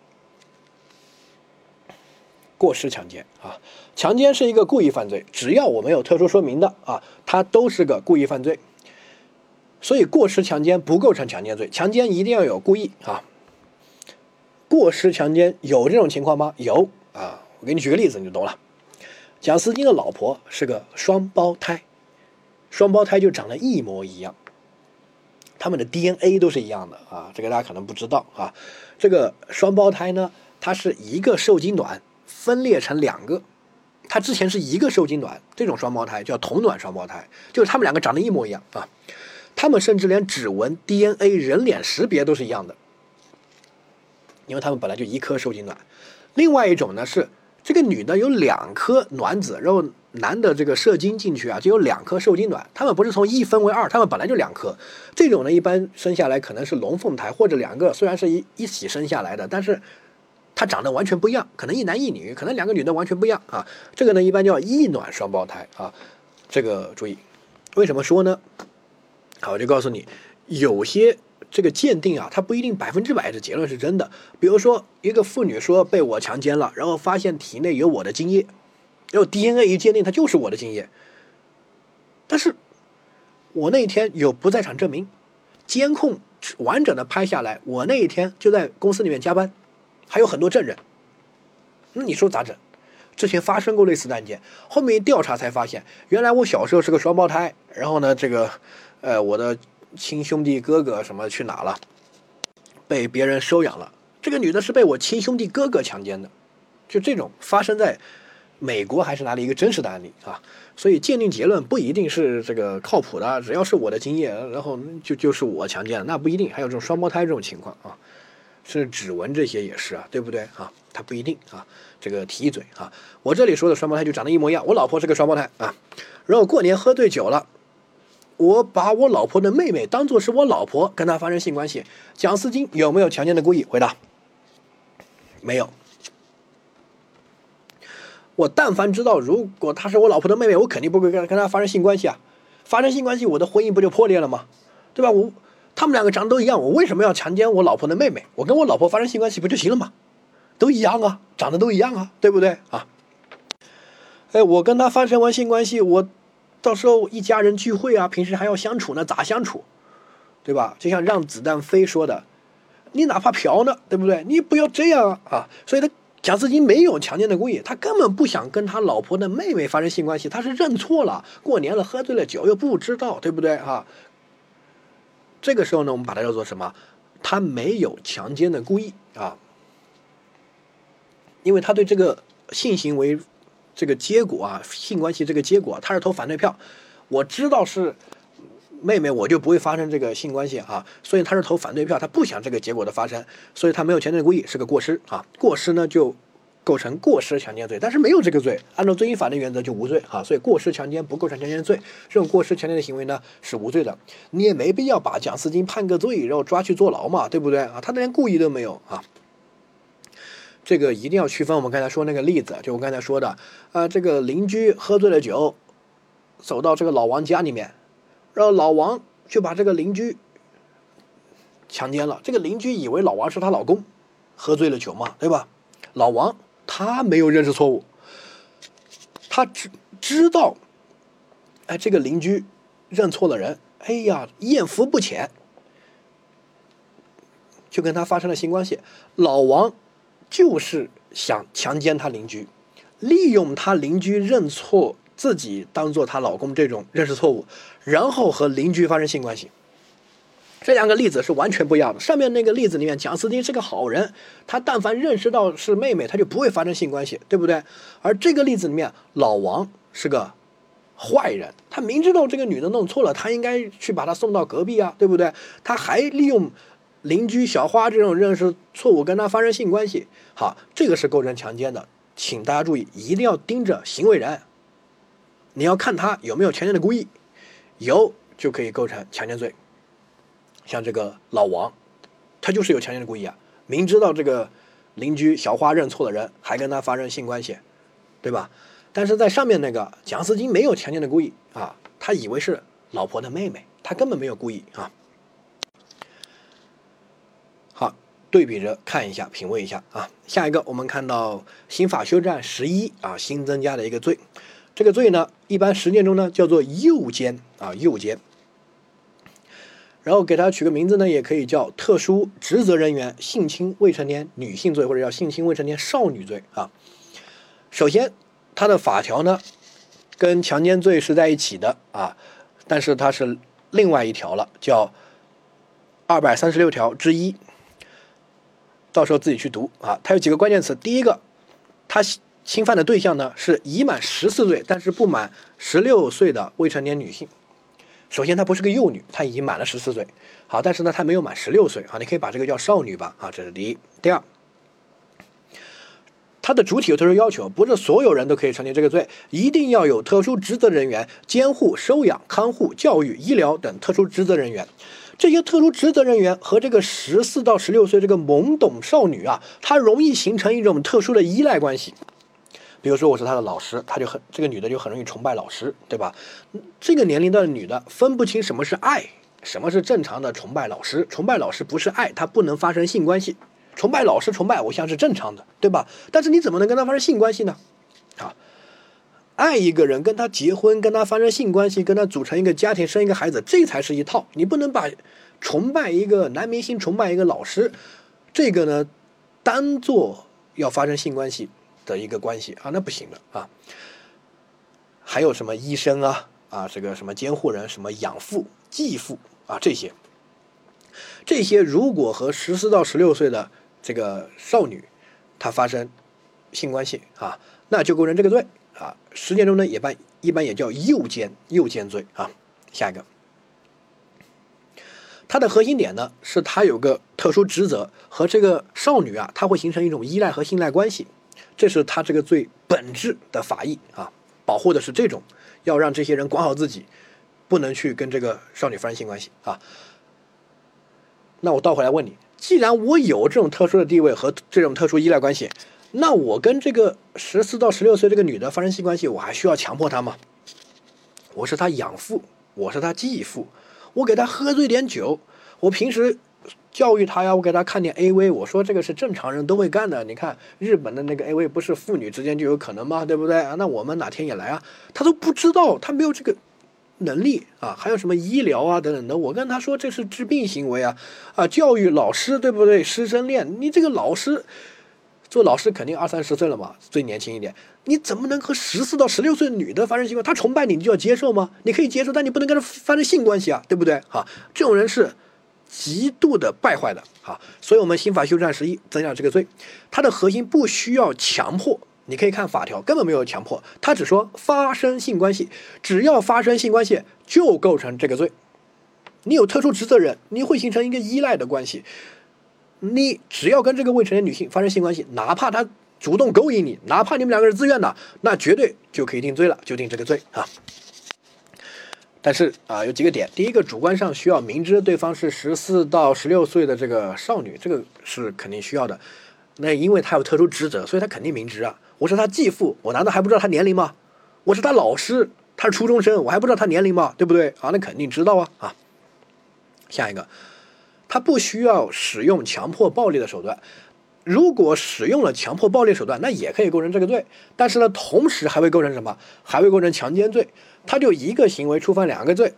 过失强奸啊，强奸是一个故意犯罪，只要我没有特殊说明的啊，它都是个故意犯罪。所以过失强奸不构成强奸罪，强奸一定要有故意啊。过失强奸有这种情况吗？有啊，我给你举个例子你就懂了。蒋思金的老婆是个双胞胎，双胞胎就长得一模一样，他们的 D N A 都是一样的啊，这个大家可能不知道啊。这个双胞胎呢，它是一个受精卵分裂成两个，它之前是一个受精卵，这种双胞胎叫同卵双胞胎，就是他们两个长得一模一样啊。 他们甚至连指纹、D N A、人脸识别都是一样的，因为他们本来就一颗受精卵。另外一种呢是这个女的有两颗卵子，然后男的这个射精进去啊，就有两颗受精卵，他们不是从一分为二，他们本来就两颗。这种呢一般生下来可能是龙凤胎，或者两个虽然是一一起生下来的，但是它长得完全不一样，可能一男一女，可能两个女的完全不一样啊。这个呢一般叫异卵双胞胎啊，这个注意。为什么说呢？好，我就告诉你，有些这个鉴定啊，它不一定百分之百的结论是真的。比如说，一个妇女说被我强奸了，然后发现体内有我的精液，然后 D N A 一鉴定，它就是我的精液。但是，我那一天有不在场证明，监控完整的拍下来，我那一天就在公司里面加班，还有很多证人。那你说咋整？之前发生过类似的案件，后面一调查才发现，原来我小时候是个双胞胎，然后呢，这个，呃，我的亲兄弟哥哥什么去哪了，被别人收养了。这个女的是被我亲兄弟哥哥强奸的，就这种发生在美国还是哪里一个真实的案例啊。所以鉴定结论不一定是这个靠谱的，只要是我的经验，然后就就是我强奸的，那不一定。还有这种双胞胎这种情况啊，是指纹这些也是啊，对不对啊？它不一定啊。这个提一嘴啊，我这里说的双胞胎就长得一模一样，我老婆是个双胞胎啊。然后过年喝醉酒了，我把我老婆的妹妹当作是我老婆，跟她发生性关系。蒋思金有没有强奸的故意？回答：没有。我但凡知道，如果她是我老婆的妹妹，我肯定不会跟跟她发生性关系啊。发生性关系，我的婚姻不就破裂了吗？对吧？我他们两个长得都一样，我为什么要强奸我老婆的妹妹？我跟我老婆发生性关系不就行了吗？都一样啊，长得都一样啊，对不对啊？哎，我跟他发生完性关系，我到时候一家人聚会啊，平时还要相处呢，咋相处？对吧？就像让子弹飞说的，你哪怕嫖呢，对不对？你不要这样啊啊！所以他蒋思金没有强奸的故意，他根本不想跟他老婆的妹妹发生性关系，他是认错了，过年了喝醉了酒又不知道，对不对啊？这个时候呢，我们把它叫做什么？他没有强奸的故意啊。因为他对这个性行为这个结果啊，性关系这个结果，他是投反对票。我知道是妹妹，我就不会发生这个性关系啊，所以他是投反对票，他不想这个结果的发生，所以他没有强奸的故意，是个过失啊。过失呢就构成过失强奸罪，但是没有这个罪，按照罪刑法的原则就无罪啊。所以过失强奸不构成强奸罪，这种过失强奸的行为呢是无罪的。你也没必要把蒋思金判个罪，然后抓去坐牢嘛，对不对啊？他连故意都没有啊。这个一定要区分，我们刚才说那个例子，就我刚才说的，呃，这个邻居喝醉了酒，走到这个老王家里面，然后老王就把这个邻居强奸了。这个邻居以为老王是她老公，喝醉了酒嘛，对吧？老王他没有认识错误，他知知道，哎，这个邻居认错了人，哎呀，艳福不浅，就跟他发生了性关系。老王就是想强奸他邻居，利用他邻居认错自己当做她老公这种认识错误，然后和邻居发生性关系。这两个例子是完全不一样的。上面那个例子里面，蒋思金是个好人，他但凡认识到是妹妹，他就不会发生性关系，对不对？而这个例子里面，老王是个坏人，他明知道这个女的弄错了，他应该去把她送到隔壁啊，对不对？他还利用邻居小花这种认识错误跟他发生性关系，好，这个是构成强奸的，请大家注意，一定要盯着行为人，你要看他有没有强奸的故意，有就可以构成强奸罪。像这个老王，他就是有强奸的故意啊，明知道这个邻居小花认错了人，还跟他发生性关系，对吧？但是在上面那个蒋思金没有强奸的故意啊，他以为是老婆的妹妹，他根本没有故意啊。好，对比着看一下，品味一下啊。下一个我们看到刑法修正案十一啊，新增加的一个罪，这个罪呢，一般实践中呢叫做诱奸啊，诱奸。然后给它取个名字呢，也可以叫特殊职责人员性侵未成年女性罪，或者叫性侵未成年少女罪啊。首先，它的法条呢跟强奸罪是在一起的啊，但是它是另外一条了，叫二百三十六条之一。到时候自己去读啊。它有几个关键词，第一个，它侵犯的对象呢是已满十四岁但是不满十六岁的未成年女性。 首先她不是个幼女，她已经满了十四岁，好，但是呢她没有满十六岁，好，你可以把这个叫少女吧，啊，这是第一。第二，它的主体有特殊要求，不是所有人都可以成立这个罪，一定要有特殊职责人员监护、收养、看护、教育、医疗等特殊职责人员。这些特殊职责人员和这个十四到十六岁这个懵懂少女啊，她容易形成一种特殊的依赖关系。比如说我是她的老师，她就很这个女的就很容易崇拜老师，对吧？这个年龄段的女的分不清什么是爱，什么是正常的崇拜老师。崇拜老师不是爱，她不能发生性关系。崇拜老师、崇拜偶像是正常的，对吧？但是你怎么能跟他发生性关系呢？啊，爱一个人，跟他结婚，跟他发生性关系，跟他组成一个家庭，生一个孩子，这才是一套。你不能把崇拜一个男明星、崇拜一个老师，这个呢，当做要发生性关系的一个关系啊，那不行的啊。还有什么医生啊，啊，这个什么监护人、什么养父、继父啊，这些，这些如果和十四到十六岁的这个少女，她发生性关系啊，那就构成这个罪啊。实践中呢，也般一般也叫诱奸，诱奸罪啊。下一个，它的核心点呢，是它有个特殊职责，和这个少女啊，它会形成一种依赖和信赖关系，这是它这个罪本质的法益啊，保护的是这种，要让这些人管好自己，不能去跟这个少女发生性关系啊。那我倒回来问你，既然我有这种特殊的地位和这种特殊依赖关系，那我跟这个十四到十六岁这个女的发生性关系，我还需要强迫她吗？我是她养父，我是她继父，我给她喝醉点酒，我平时教育她呀，我给她看点 A V， 我说这个是正常人都会干的。你看日本的那个 A V 不是父女之间就有可能吗？对不对啊？那我们哪天也来啊？她都不知道，她没有这个能力啊，还有什么医疗啊等等的，我跟他说这是治病行为啊，啊，教育老师对不对？师生恋，你这个老师做老师肯定二三十岁了嘛，最年轻一点，你怎么能和十四到十六岁的女的发生性关系？他崇拜你，你就要接受吗？你可以接受，但你不能跟他发生性关系啊，对不对？啊，这种人是极度的败坏的啊，所以我们刑法修正案十一增加这个罪，它的核心不需要强迫。你可以看法条，根本没有强迫，他只说发生性关系，只要发生性关系就构成这个罪。你有特殊职责人，你会形成一个依赖的关系，你只要跟这个未成年女性发生性关系，哪怕她主动勾引你，哪怕你们两个人自愿的，那绝对就可以定罪了，就定这个罪啊。但是啊，有几个点，第一个，主观上需要明知对方是十四到十六岁的这个少女，这个是肯定需要的。那因为他有特殊职责，所以他肯定明知啊。我是他继父，我难道还不知道他年龄吗？我是他老师，他是初中生，我还不知道他年龄吗？对不对啊？那肯定知道啊啊。下一个，他不需要使用强迫暴力的手段。如果使用了强迫暴力手段，那也可以构成这个罪。但是呢，同时还会构成什么？还会构成强奸罪。他就一个行为触犯两个罪，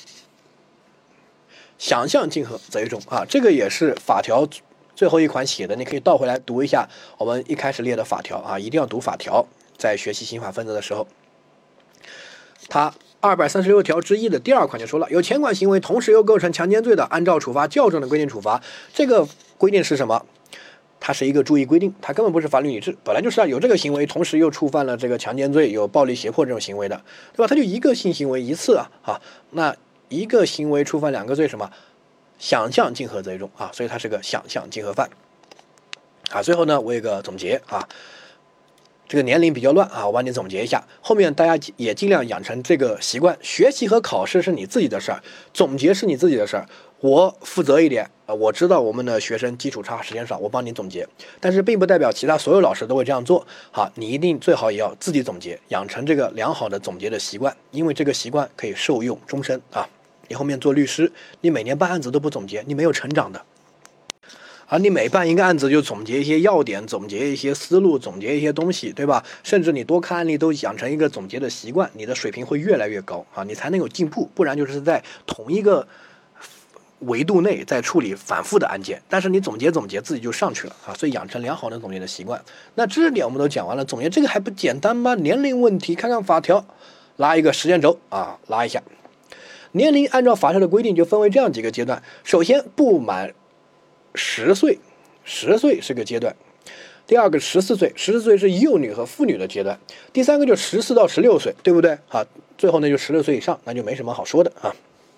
想象竞合则一种啊。这个也是法条最后一款写的，你可以倒回来读一下我们一开始列的法条啊，一定要读法条，在学习刑法分则的时候。它二百三十六条之一的第二款就说了，有前款行为同时又构成强奸罪的，按照处罚校正的规定处罚。这个规定是什么？它是一个注意规定，它根本不是法律理智，本来就是啊，有这个行为，同时又触犯了这个强奸罪，有暴力胁迫这种行为的，对吧？它就一个性行为一次啊，啊，那一个行为触犯两个罪，什么？想象竞合则一种啊，所以它是个想象竞合犯啊。最后呢，我有个总结啊，这个年龄比较乱啊，我帮你总结一下，后面大家也尽量养成这个习惯，学习和考试是你自己的事儿，总结是你自己的事儿。我负责一点啊，我知道我们的学生基础差，时间少，我帮你总结，但是并不代表其他所有老师都会这样做。好，你一定最好也要自己总结，养成这个良好的总结的习惯，因为这个习惯可以受用终身啊。你后面做律师，你每年办案子都不总结，你没有成长的。而你每办一个案子就总结一些要点，总结一些思路，总结一些东西，对吧？甚至你多看案例都养成一个总结的习惯，你的水平会越来越高啊，你才能有进步。不然就是在同一个维度内在处理反复的案件，但是你总结总结自己就上去了啊，所以养成良好的总结的习惯。那知识点我们都讲完了，总结这个还不简单吗？年龄问题，看看法条，拉一个时间轴啊，拉一下。年龄按照法条的规定就分为这样几个阶段，首先不满十岁，十岁是个阶段。第二个十四岁，十四岁是幼女和妇女的阶段。第三个就十四到十六岁，对不对啊？最后呢就十六岁以上，那就没什么好说的啊。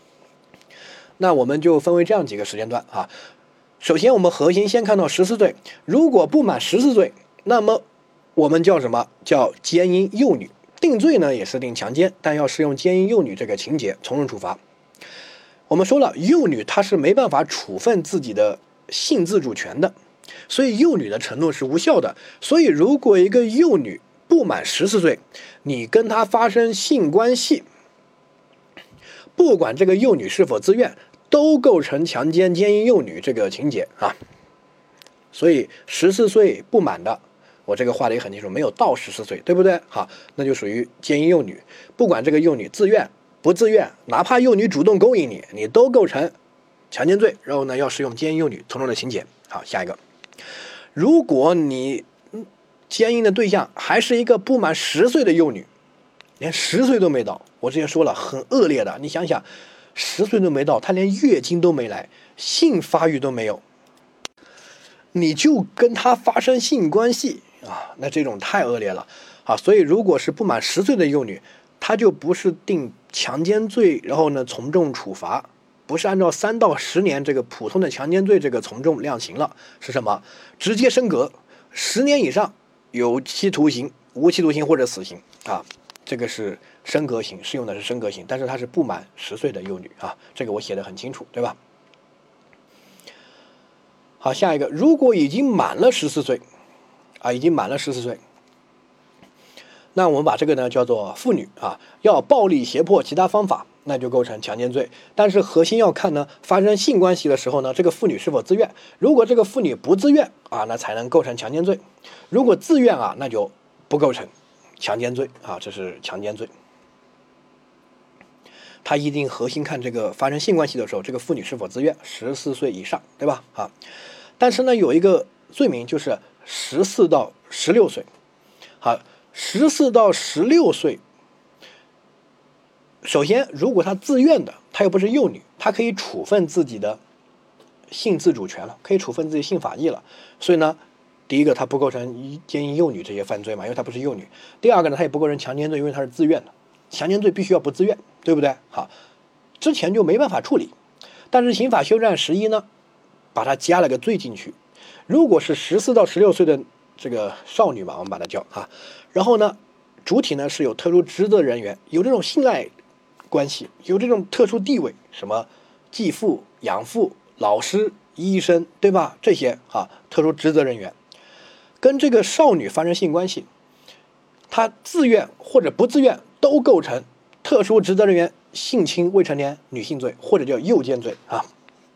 那我们就分为这样几个时间段啊。首先我们核心先看到十四岁，如果不满十四岁，那么我们叫什么？叫奸淫幼女。定罪呢也是定强奸，但要适用奸淫幼女这个情节，从重处罚。我们说了，幼女她是没办法处分自己的性自主权的，所以幼女的承诺是无效的。所以如果一个幼女不满十四岁，你跟她发生性关系，不管这个幼女是否自愿，都构成强奸奸淫幼女这个情节啊。所以十四岁不满的，我这个画的也很清楚，没有到十四岁，对不对？好，那就属于奸淫幼女。不管这个幼女自愿不自愿，哪怕幼女主动勾引你，你都构成强奸罪，然后呢要适用奸淫幼女从重的情节。好，下一个，如果你奸淫的对象还是一个不满十岁的幼女，连十岁都没到，我之前说了很恶劣的。你想想，十岁都没到，她连月经都没来，性发育都没有，你就跟她发生性关系啊，那这种太恶劣了啊！所以如果是不满十岁的幼女，她就不是定强奸罪，然后呢从重处罚，不是按照三到十年这个普通的强奸罪这个从重量刑了，是什么？直接升格，十年以上有期徒刑、无期徒刑或者死刑啊，这个是升格刑，适用的是升格刑，但是她是不满十岁的幼女啊，这个我写的很清楚，对吧？好，下一个，如果已经满了十四岁。啊，已经满了十四岁，那我们把这个呢叫做妇女啊，要暴力胁迫其他方法，那就构成强奸罪。但是核心要看呢，发生性关系的时候呢，这个妇女是否自愿。如果这个妇女不自愿啊，那才能构成强奸罪；如果自愿啊，那就不构成强奸罪啊，这是强奸罪。他一定核心看这个发生性关系的时候，这个妇女是否自愿，十四岁以上，对吧？啊，但是呢，有一个罪名就是十四到十六岁，好，十四到十六岁，首先，如果她自愿的，她又不是幼女，她可以处分自己的性自主权了，可以处分自己性法益了。所以呢，第一个，她不构成奸淫幼女这些犯罪嘛，因为她不是幼女；第二个呢，她也不构成强奸罪，因为她是自愿的。强奸罪必须要不自愿，对不对？好，之前就没办法处理，但是刑法修正案十一呢，把它加了个罪进去。如果是十四到十六岁的这个少女嘛，我们把它叫啊，然后呢，主体呢是有特殊职责人员，有这种信赖关系，有这种特殊地位，什么继父、养父、老师、医生，对吧？这些啊，特殊职责人员跟这个少女发生性关系，她自愿或者不自愿都构成特殊职责人员性侵未成年女性罪，或者叫诱奸罪啊。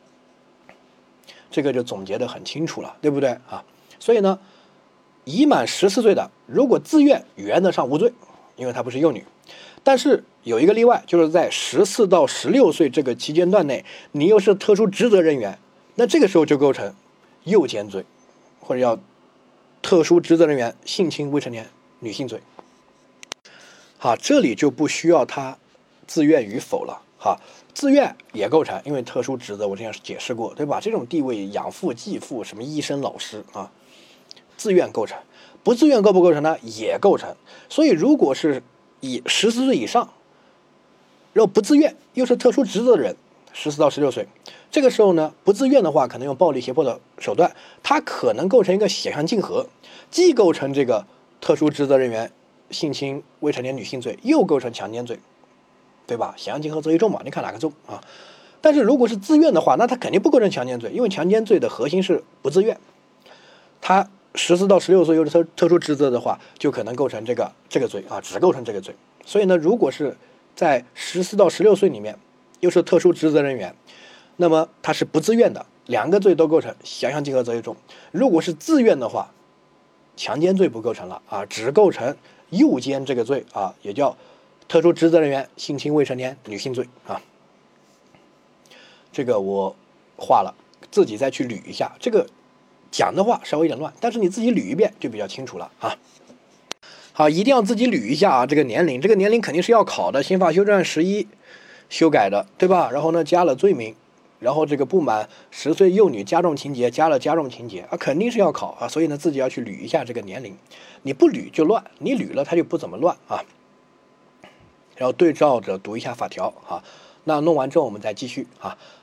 这个就总结得很清楚了，对不对啊？所以呢，已满十四岁的，如果自愿，原则上无罪，因为她不是幼女。但是有一个例外，就是在十四到十六岁这个期间段内，你又是特殊职责人员，那这个时候就构成诱奸罪，或者叫特殊职责人员性侵未成年女性罪。好，这里就不需要他自愿与否了。好，自愿也构成，因为特殊职责我之前解释过，对吧？这种地位，养父、继父、什么医生、老师啊，自愿构成，不自愿构不构成呢？也构成。所以如果是以十四岁以上，然后不自愿，又是特殊职责的人，十四到十六岁，这个时候呢，不自愿的话，可能用暴力胁迫的手段，他可能构成一个险象竞合，既构成这个特殊职责人员性侵未成年女性罪，又构成强奸罪，对吧？险象竞合择一重嘛，你看哪个重啊？但是如果是自愿的话，那他肯定不构成强奸罪，因为强奸罪的核心是不自愿。他十四到十六岁有特特殊职责的话，就可能构成这个这个罪啊，只构成这个罪。所以呢，如果是在十四到十六岁里面又是特殊职责人员，那么他是不自愿的，两个罪都构成，险象竞合择一重。如果是自愿的话，强奸罪不构成了啊，只构成诱奸这个罪啊，也叫特殊职责人员性侵未成年女性罪啊。这个我画了，自己再去捋一下。这个讲的话稍微有点乱，但是你自己捋一遍就比较清楚了啊。好，一定要自己捋一下啊，这个年龄，这个年龄肯定是要考的，刑法修正案十一修改的，对吧？然后呢，加了罪名，然后这个不满十岁幼女加重情节加了加重情节啊，肯定是要考啊，所以呢，自己要去捋一下这个年龄，你不捋就乱，你捋了它就不怎么乱啊。然后对照着读一下法条啊，那弄完之后我们再继续啊。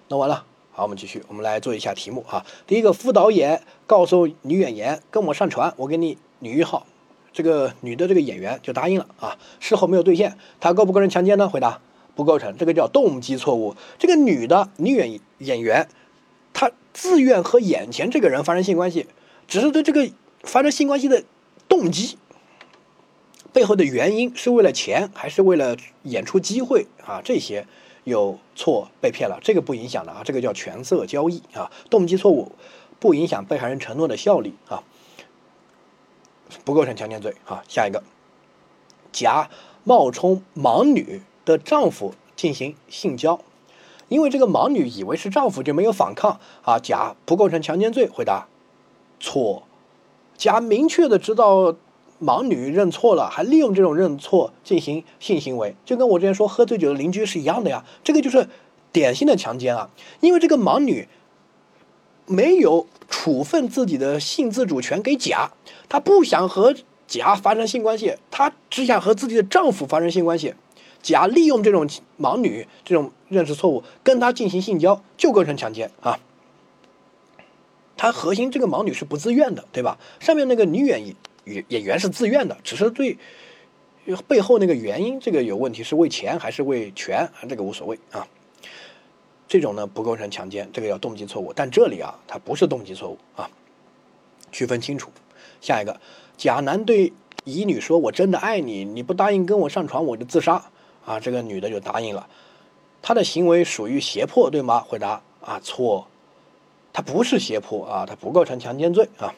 弄完了，好，我们继续，我们来做一下题目哈。第一个，副导演告诉女演员跟我上船，我给你女一号。这个女的这个演员就答应了啊，事后没有兑现，她构不构成强奸呢？回答不构成，这个叫动机错误。这个女的女演演员，她自愿和眼前这个人发生性关系，只是对这个发生性关系的动机背后的原因是为了钱还是为了演出机会啊？这些有错被骗了，这个不影响的啊，这个叫权色交易啊，动机错误不影响被害人承诺的效力啊。不构成强奸罪啊。下一个，甲冒充盲女的丈夫进行性交，因为这个盲女以为是丈夫就没有反抗啊，甲不构成强奸罪。回答错，甲明确的知道盲女认错了，还利用这种认错进行性行为，就跟我之前说喝醉酒的邻居是一样的呀，这个就是典型的强奸啊。因为这个盲女没有处分自己的性自主权给甲，她不想和甲发生性关系，她只想和自己的丈夫发生性关系。甲利用这种盲女这种认识错误跟她进行性交，就构成强奸啊。她核心这个盲女是不自愿的，对吧？上面那个女演演员是自愿的，只是对背后那个原因这个有问题，是为钱还是为权，这个无所谓啊。这种呢不构成强奸，这个叫动机错误。但这里啊，它不是动机错误啊，区分清楚。下一个，甲男对乙女说：“我真的爱你，你不答应跟我上床，我就自杀。”啊，这个女的就答应了。她的行为属于胁迫，对吗？回答啊，错，她不是胁迫啊，她不构成强奸罪啊。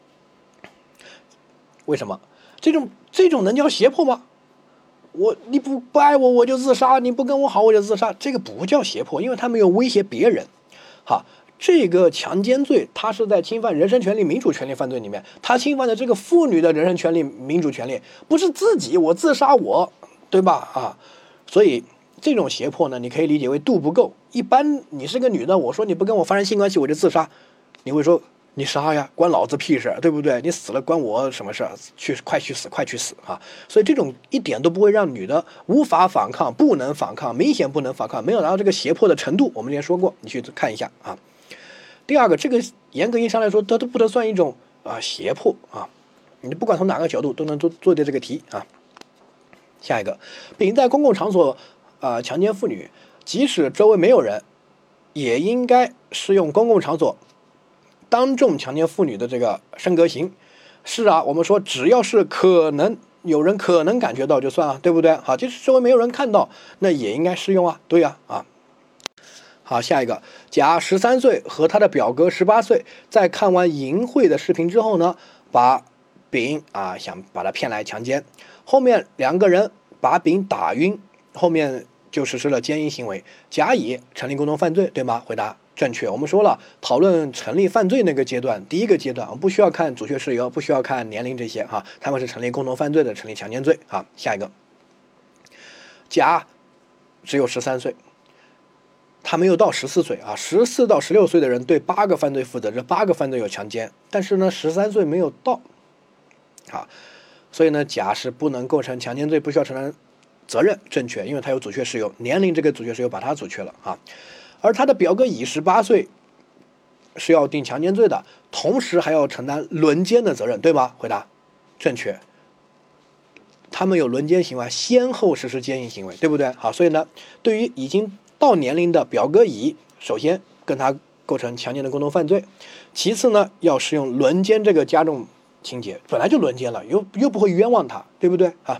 为什么？这种这种能叫胁迫吗？我你不不爱我我就自杀，你不跟我好我就自杀，这个不叫胁迫，因为他没有威胁别人。好，这个强奸罪，它是在侵犯人身权利、民主权利犯罪里面，他侵犯的这个妇女的人身权利、民主权利，不是自己我自杀我，对吧？啊，所以这种胁迫呢，你可以理解为度不够。一般你是个女的，我说你不跟我发生性关系我就自杀，你会说你杀呀，关老子屁事，对不对？你死了关我什么事？去快去死，快去死啊！所以这种一点都不会让女的无法反抗，不能反抗，明显不能反抗，没有达到这个胁迫的程度。我们之前说过，你去看一下啊。第二个，这个严格意义上来说，它都不能算一种啊胁迫啊。你不管从哪个角度都能做做对这个题啊。下一个，丙在公共场所啊强奸妇女，即使周围没有人，也应该适用公共场所当众强奸妇女的这个升格刑。是啊，我们说只要是可能有人可能感觉到就算了，对不对？好，即使周围没有人看到，那也应该适用啊，对呀 啊, 啊。好，下一个，甲十三岁和他的表哥十八岁，在看完淫秽的视频之后呢，把丙啊想把他骗来强奸，后面两个人把丙打晕，后面就实施了奸淫行为，甲乙成立共同犯罪，对吗？回答正确。我们说了，讨论成立犯罪那个阶段，第一个阶段，我们不需要看主确事由，不需要看年龄这些哈，他们是成立共同犯罪的，成立强奸罪啊。下一个，甲只有十三岁，他没有到十四岁啊，十四到十六岁的人对八个犯罪负责，这八个犯罪有强奸，但是呢，十三岁没有到，啊，所以呢，甲是不能构成强奸罪，不需要承担责任，正确，因为他有阻却事由，年龄这个阻却事由把他阻却了啊。而他的表哥乙十八岁是要定强奸罪的，同时还要承担轮奸的责任，对吗？回答正确。他们有轮奸行为，先后实施奸淫行为，对不对？好，所以呢，对于已经到年龄的表哥乙，首先跟他构成强奸的共同犯罪，其次呢，要适用轮奸这个加重情节，本来就轮奸了，又又不会冤枉他，对不对啊？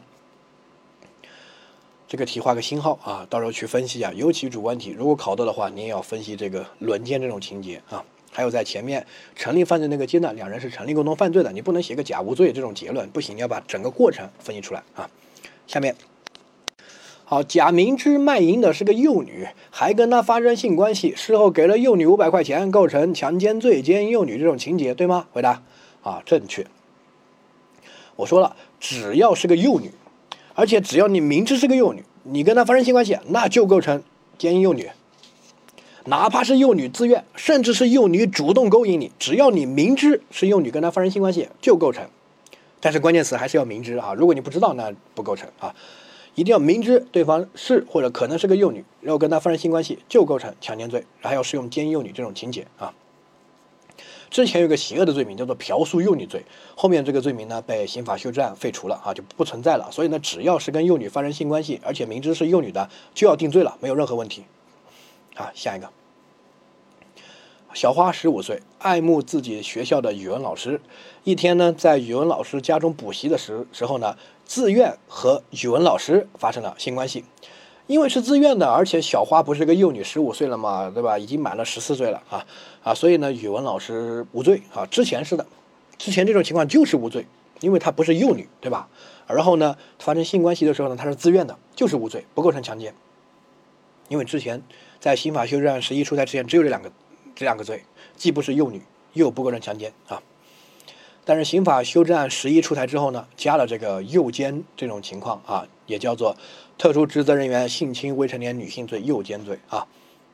这个题画个星号啊，到时候去分析啊，尤其主观题，如果考到的话，你也要分析这个轮奸这种情节啊。还有在前面成立犯罪那个阶段，两人是成立共同犯罪的，你不能写个甲无罪这种结论，不行，你要把整个过程分析出来啊。下面，好，甲明知卖淫的是个幼女，还跟她发生性关系，事后给了幼女五百块钱，构成强奸罪、奸淫幼女这种情节，对吗？回答啊，正确。我说了，只要是个幼女。而且只要你明知是个幼女，你跟她发生性关系，那就构成奸淫幼女。哪怕是幼女自愿，甚至是幼女主动勾引你，只要你明知是幼女跟她发生性关系，就构成。但是关键词还是要明知啊，如果你不知道，那不构成啊。 一定要明知对方是或者可能是个幼女，然后跟他发生性关系，就构成强奸罪，还要适用奸淫幼女这种情节啊。之前有个邪恶的罪名叫做嫖宿幼女罪，后面这个罪名呢被刑法修正案废除了啊，就不存在了。所以呢，只要是跟幼女发生性关系，而且明知是幼女的，就要定罪了，没有任何问题。啊，下一个，小花十五岁，爱慕自己学校的语文老师。一天呢，在语文老师家中补习的时时候呢，自愿和语文老师发生了性关系。因为是自愿的，而且小花不是个幼女，十五岁了嘛，对吧？已经满了十四岁了啊啊，所以呢，语文老师无罪啊。之前是的，之前这种情况就是无罪，因为她不是幼女，对吧？然后呢，发生性关系的时候呢，她是自愿的，就是无罪，不构成强奸。因为之前在刑法修正案十一出台之前，只有这两个这两个罪，既不是幼女，又不构成强奸啊。但是刑法修正案十一出台之后呢，加了这个诱奸这种情况啊，也叫做特殊职责人员性侵未成年女性罪诱奸罪啊，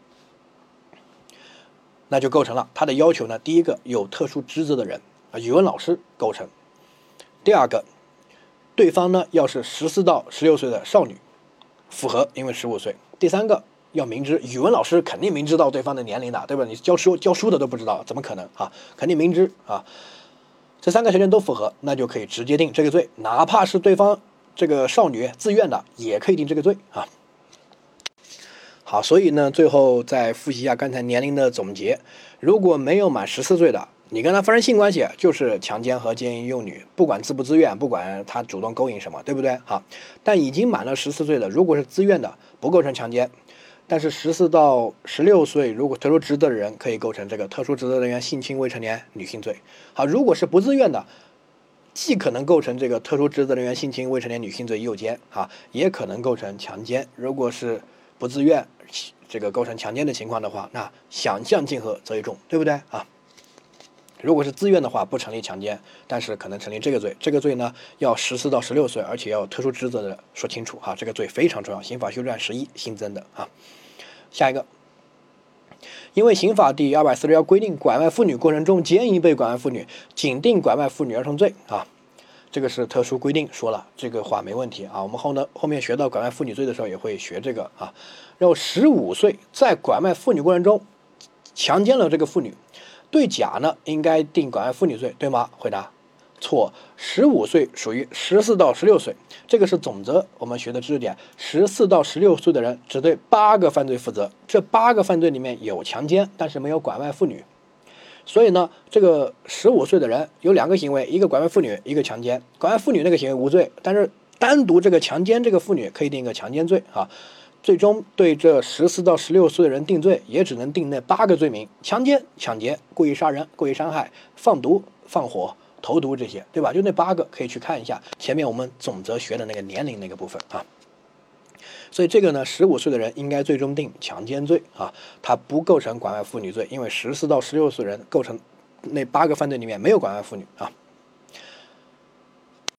那就构成了。他的要求呢，第一个有特殊职责的人啊，语文老师构成；第二个，对方呢要是十四到十六岁的少女，符合，因为十五岁；第三个要明知，语文老师肯定明知道对方的年龄的，对吧？你教书教书的都不知道，怎么可能啊？肯定明知啊。这三个条件都符合，那就可以直接定这个罪，哪怕是对方这个少女自愿的，也可以定这个罪啊。好，所以呢，最后再复习一下刚才年龄的总结。如果没有满十四岁的，你跟他发生性关系，就是强奸和奸淫幼女，不管自不自愿，不管他主动勾引什么，对不对？好，但已经满了十四岁的，如果是自愿的，不构成强奸。但是十四到十六岁，如果特殊职责的人可以构成这个特殊职责人员性侵未成年女性罪。好，如果是不自愿的，既可能构成这个特殊职责人员性侵未成年女性罪诱奸啊，也可能构成强奸。如果是不自愿这个构成强奸的情况的话，那想象竞合则一重，对不对啊？如果是自愿的话，不成立强奸，但是可能成立这个罪。这个罪呢，要十四到十六岁，而且要特殊职责的说清楚哈。这个罪非常重要，刑法修正案十一新增的啊。下一个，因为刑法第二百四十一规定，拐卖妇女过程中奸淫被拐卖妇女，仅定拐卖妇女儿童罪啊。这个是特殊规定，说了这个话没问题啊。我们后呢后面学到拐卖妇女罪的时候也会学这个啊。然后十五岁在拐卖妇女过程中强奸了这个妇女。对甲呢，应该定拐卖妇女罪，对吗？回答错。十五岁属于十四到十六岁，这个是总则我们学的知识点。十四到十六岁的人只对八个犯罪负责，这八个犯罪里面有强奸，但是没有拐卖妇女。所以呢，这个十五岁的人有两个行为，一个拐卖妇女，一个强奸。拐卖妇女那个行为无罪，但是单独这个强奸这个妇女可以定一个强奸罪啊。最终对这十四到十六岁的人定罪，也只能定那八个罪名：强奸、抢劫、故意杀人、故意伤害、放毒、放火、投毒这些，对吧？就那八个，可以去看一下前面我们总则学的那个年龄那个部分啊。所以这个呢，十五岁的人应该最终定强奸罪啊，他不构成拐卖妇女罪，因为十四到十六岁人构成那八个犯罪里面没有拐卖妇女啊。